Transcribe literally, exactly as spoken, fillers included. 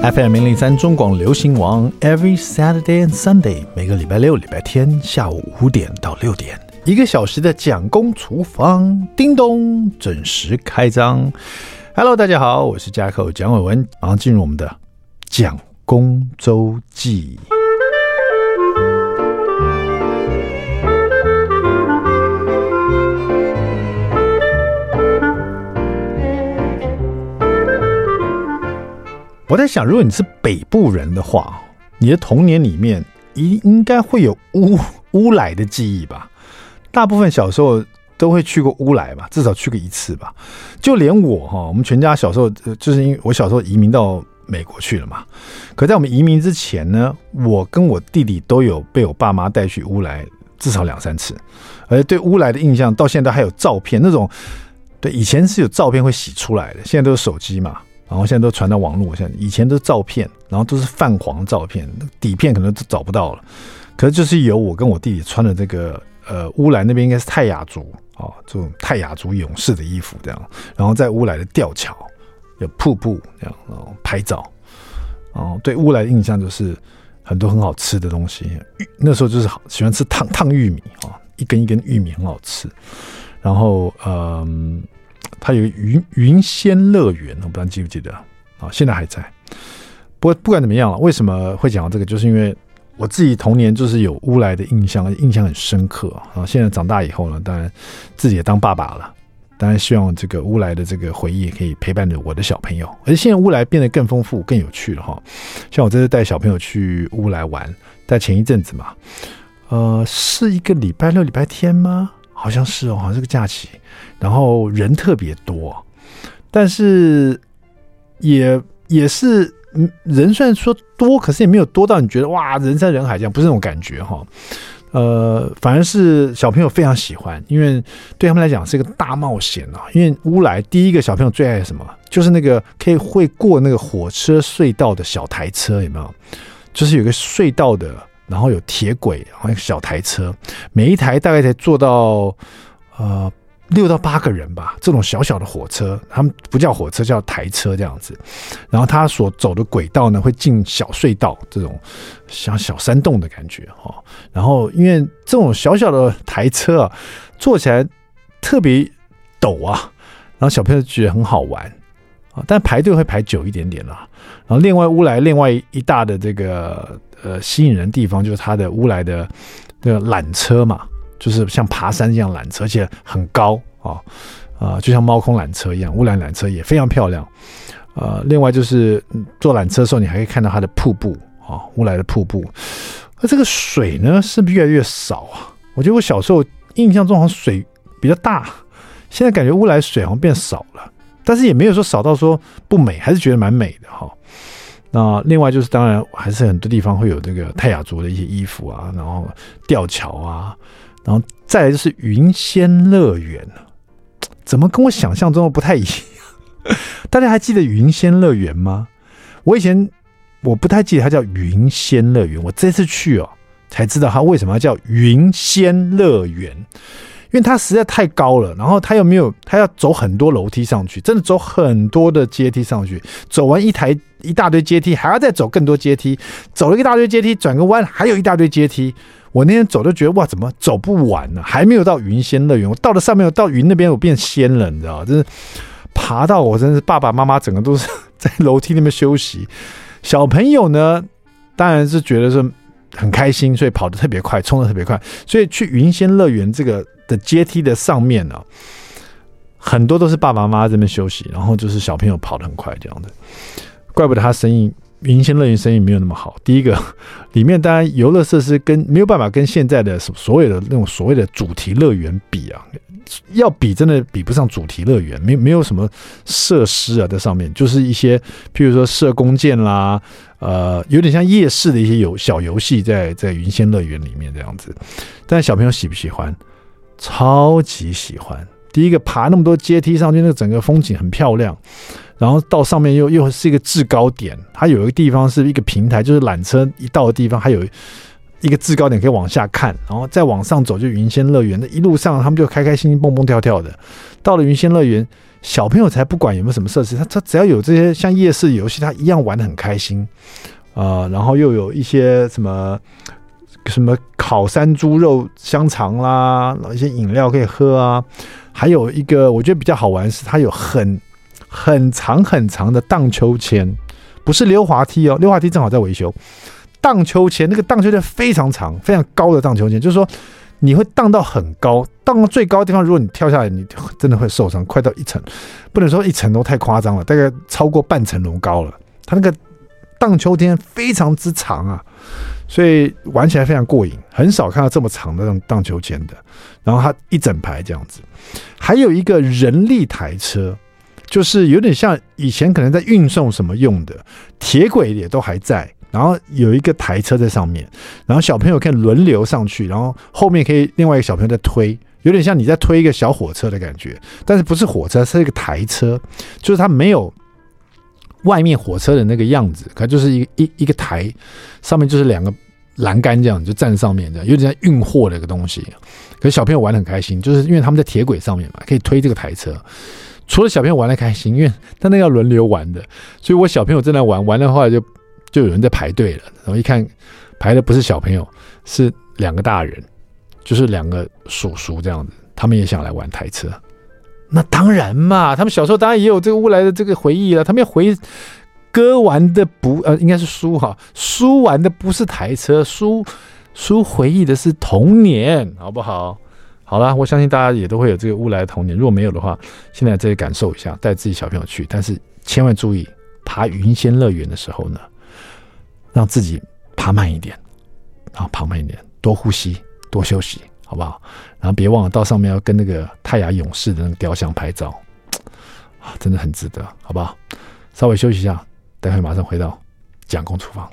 F M 零零三中广流行王 Every Saturday and Sunday 每个礼拜六礼拜天下午五点到六点，一个小时的蒋公厨房，叮咚准时开张。Hello， 大家好，我是家口蒋伟文，马上进入我们的蒋公周记。我在想，如果你是北部人的话，你的童年里面应该会有乌乌来的记忆吧？大部分小时候都会去过乌来吧，至少去过一次吧。就连我哈，我们全家小时候，就是因为我小时候移民到美国去了嘛。可在我们移民之前呢，我跟我弟弟都有被我爸妈带去乌来至少两三次，而对乌来的印象到现在还有照片，那种对以前是有照片会洗出来的，现在都是手机嘛。然后现在都传到网络，现在以前都是照片，然后都是泛黄照片，底片可能都找不到了。可是就是有我跟我弟弟穿的这个呃乌来那边应该是泰雅族哦，这种泰雅族勇士的衣服这样，然后在乌来的吊桥有瀑布这样，然后拍照。哦，对乌来的印象就是很多很好吃的东西，那时候就是喜欢吃烫烫玉米啊、哦，一根一根玉米很好吃。然后嗯。它有云云仙乐园，我不知道你记不记得啊？现在还在。不过不管怎么样了，为什么会讲到这个？就是因为我自己童年就是有乌来的印象，印象很深刻啊。现在长大以后呢，当然自己也当爸爸了，当然希望这个乌来的这个回忆可以陪伴着我的小朋友。而且现在乌来变得更丰富、更有趣了哈。像我这次带小朋友去乌来玩，在前一阵子嘛，呃，是一个礼拜六、礼拜天吗？好像是哦，好像是个假期，然后人特别多，但是也也是人虽然说多，可是也没有多到你觉得哇人山人海这样，不是那种感觉哈。呃，反而是小朋友非常喜欢，因为对他们来讲是一个大冒险啊。因为乌来第一个小朋友最爱什么，就是那个可以会过那个火车隧道的小台车，有没有？就是有个隧道的。然后有铁轨，然后一个小台车，每一台大概才坐到呃六到八个人吧。这种小小的火车，他们不叫火车，叫台车这样子。然后它所走的轨道呢，会进小隧道，这种像小山洞的感觉哈。然后因为这种小小的台车啊，坐起来特别陡啊，然后小朋友觉得很好玩啊，但排队会排久一点点啦。然后另外乌来另外一大的这个。呃，吸引人的地方就是它的乌来的那个缆车嘛，就是像爬山一样缆车，而且很高啊，啊、呃，就像猫空缆车一样，乌来缆车也非常漂亮。呃，另外就是坐缆车的时候，你还可以看到它的瀑布啊，乌来的瀑布。而这个水呢，是不是越来越少啊？我觉得我小时候印象中好像水比较大，现在感觉乌来水好像变少了，但是也没有说少到说不美，还是觉得蛮美的哈。那另外就是当然还是很多地方会有这个泰雅族的一些衣服啊，然后吊桥啊，然后再来就是云仙乐园，怎么跟我想象中的不太一样？大家还记得云仙乐园吗？我以前我不太记得它叫云仙乐园，我这次去哦才知道它为什么要叫云仙乐园。因为它实在太高了，然后它又没有，它要走很多楼梯上去，真的走很多的阶梯上去，走完一台一大堆阶梯，还要再走更多阶梯，走了一大堆阶梯，转个弯还有一大堆阶梯。我那天走就觉得哇，怎么走不完呢？还没有到云仙乐园，我到了上面，我到云那边我变仙了，你知道，真是爬到我真是爸爸妈妈整个都是在楼梯那边休息。小朋友呢，当然是觉得是很开心，所以跑得特别快，冲得特别快，所以去云仙乐园这个的阶梯的上面呢、啊，很多都是爸爸妈妈在那边休息，然后就是小朋友跑得很快这样的，怪不得他生意云仙乐园生意没有那么好。第一个，里面当然游乐设施跟没有办法跟现在的所有的那种所谓的主题乐园比啊，要比真的比不上主题乐园，没没有什么设施啊在上面，就是一些譬如说射弓箭啦，呃，有点像夜市的一些游小游戏在在云仙乐园里面这样子。但小朋友喜不喜欢？超级喜欢。第一个爬那么多阶梯上去，那个整个风景很漂亮，然后到上面又又是一个制高点，它有一个地方是一个平台，就是缆车一到的地方，还有一个制高点可以往下看，然后再往上走就云仙乐园。那一路上他们就开开心心蹦蹦跳跳的。到了云仙乐园，小朋友才不管有没有什么设施，他他只要有这些像夜市游戏，他一样玩得很开心。呃，然后又有一些什么什么烤山猪肉香肠啦，然后一些饮料可以喝啊。还有一个我觉得比较好玩的是，它有很很长很长的荡秋千，不是溜滑梯哦，溜滑梯正好在维修。荡秋千，那个荡秋千非常长非常高的荡秋千，就是说你会荡到很高，荡到最高的地方，如果你跳下来你真的会受伤，快到一层，不能说一层楼太夸张了，大概超过半层楼高了。它那个荡秋千非常之长啊，所以玩起来非常过瘾，很少看到这么长的荡秋千的。然后它一整排这样子。还有一个人力台车，就是有点像以前可能在运送什么用的，铁轨也都还在，然后有一个台车在上面，然后小朋友可以轮流上去，然后后面可以另外一个小朋友在推，有点像你在推一个小火车的感觉，但是不是火车，是一个台车，就是它没有外面火车的那个样子，可就是一个一一个台，上面就是两个栏杆这样，就站上面这样，有点像运货的一个东西。可是小朋友玩得很开心，就是因为他们在铁轨上面嘛，可以推这个台车。除了小朋友玩得开心，因为他那要轮流玩的，所以我小朋友正在玩，玩的话就就有人在排队了。然后一看排的不是小朋友，是两个大人，就是两个叔叔这样子，他们也想来玩台车。那当然嘛，他们小时候当然也有这个乌来的这个回忆了。他们要回歌玩的不呃，应该是书哈，书玩的不是台车，书书回忆的是童年，好不好？好啦，我相信大家也都会有这个乌来的童年。如果没有的话，现在这里感受一下，带自己小朋友去，但是千万注意，爬云仙乐园的时候呢，让自己爬慢一点，然后爬慢一点，多呼吸，多休息。好不好？然后别忘了到上面要跟那个泰雅勇士的那个雕像拍照，真的很值得，好不好？稍微休息一下，待会马上回到蒋公厨房。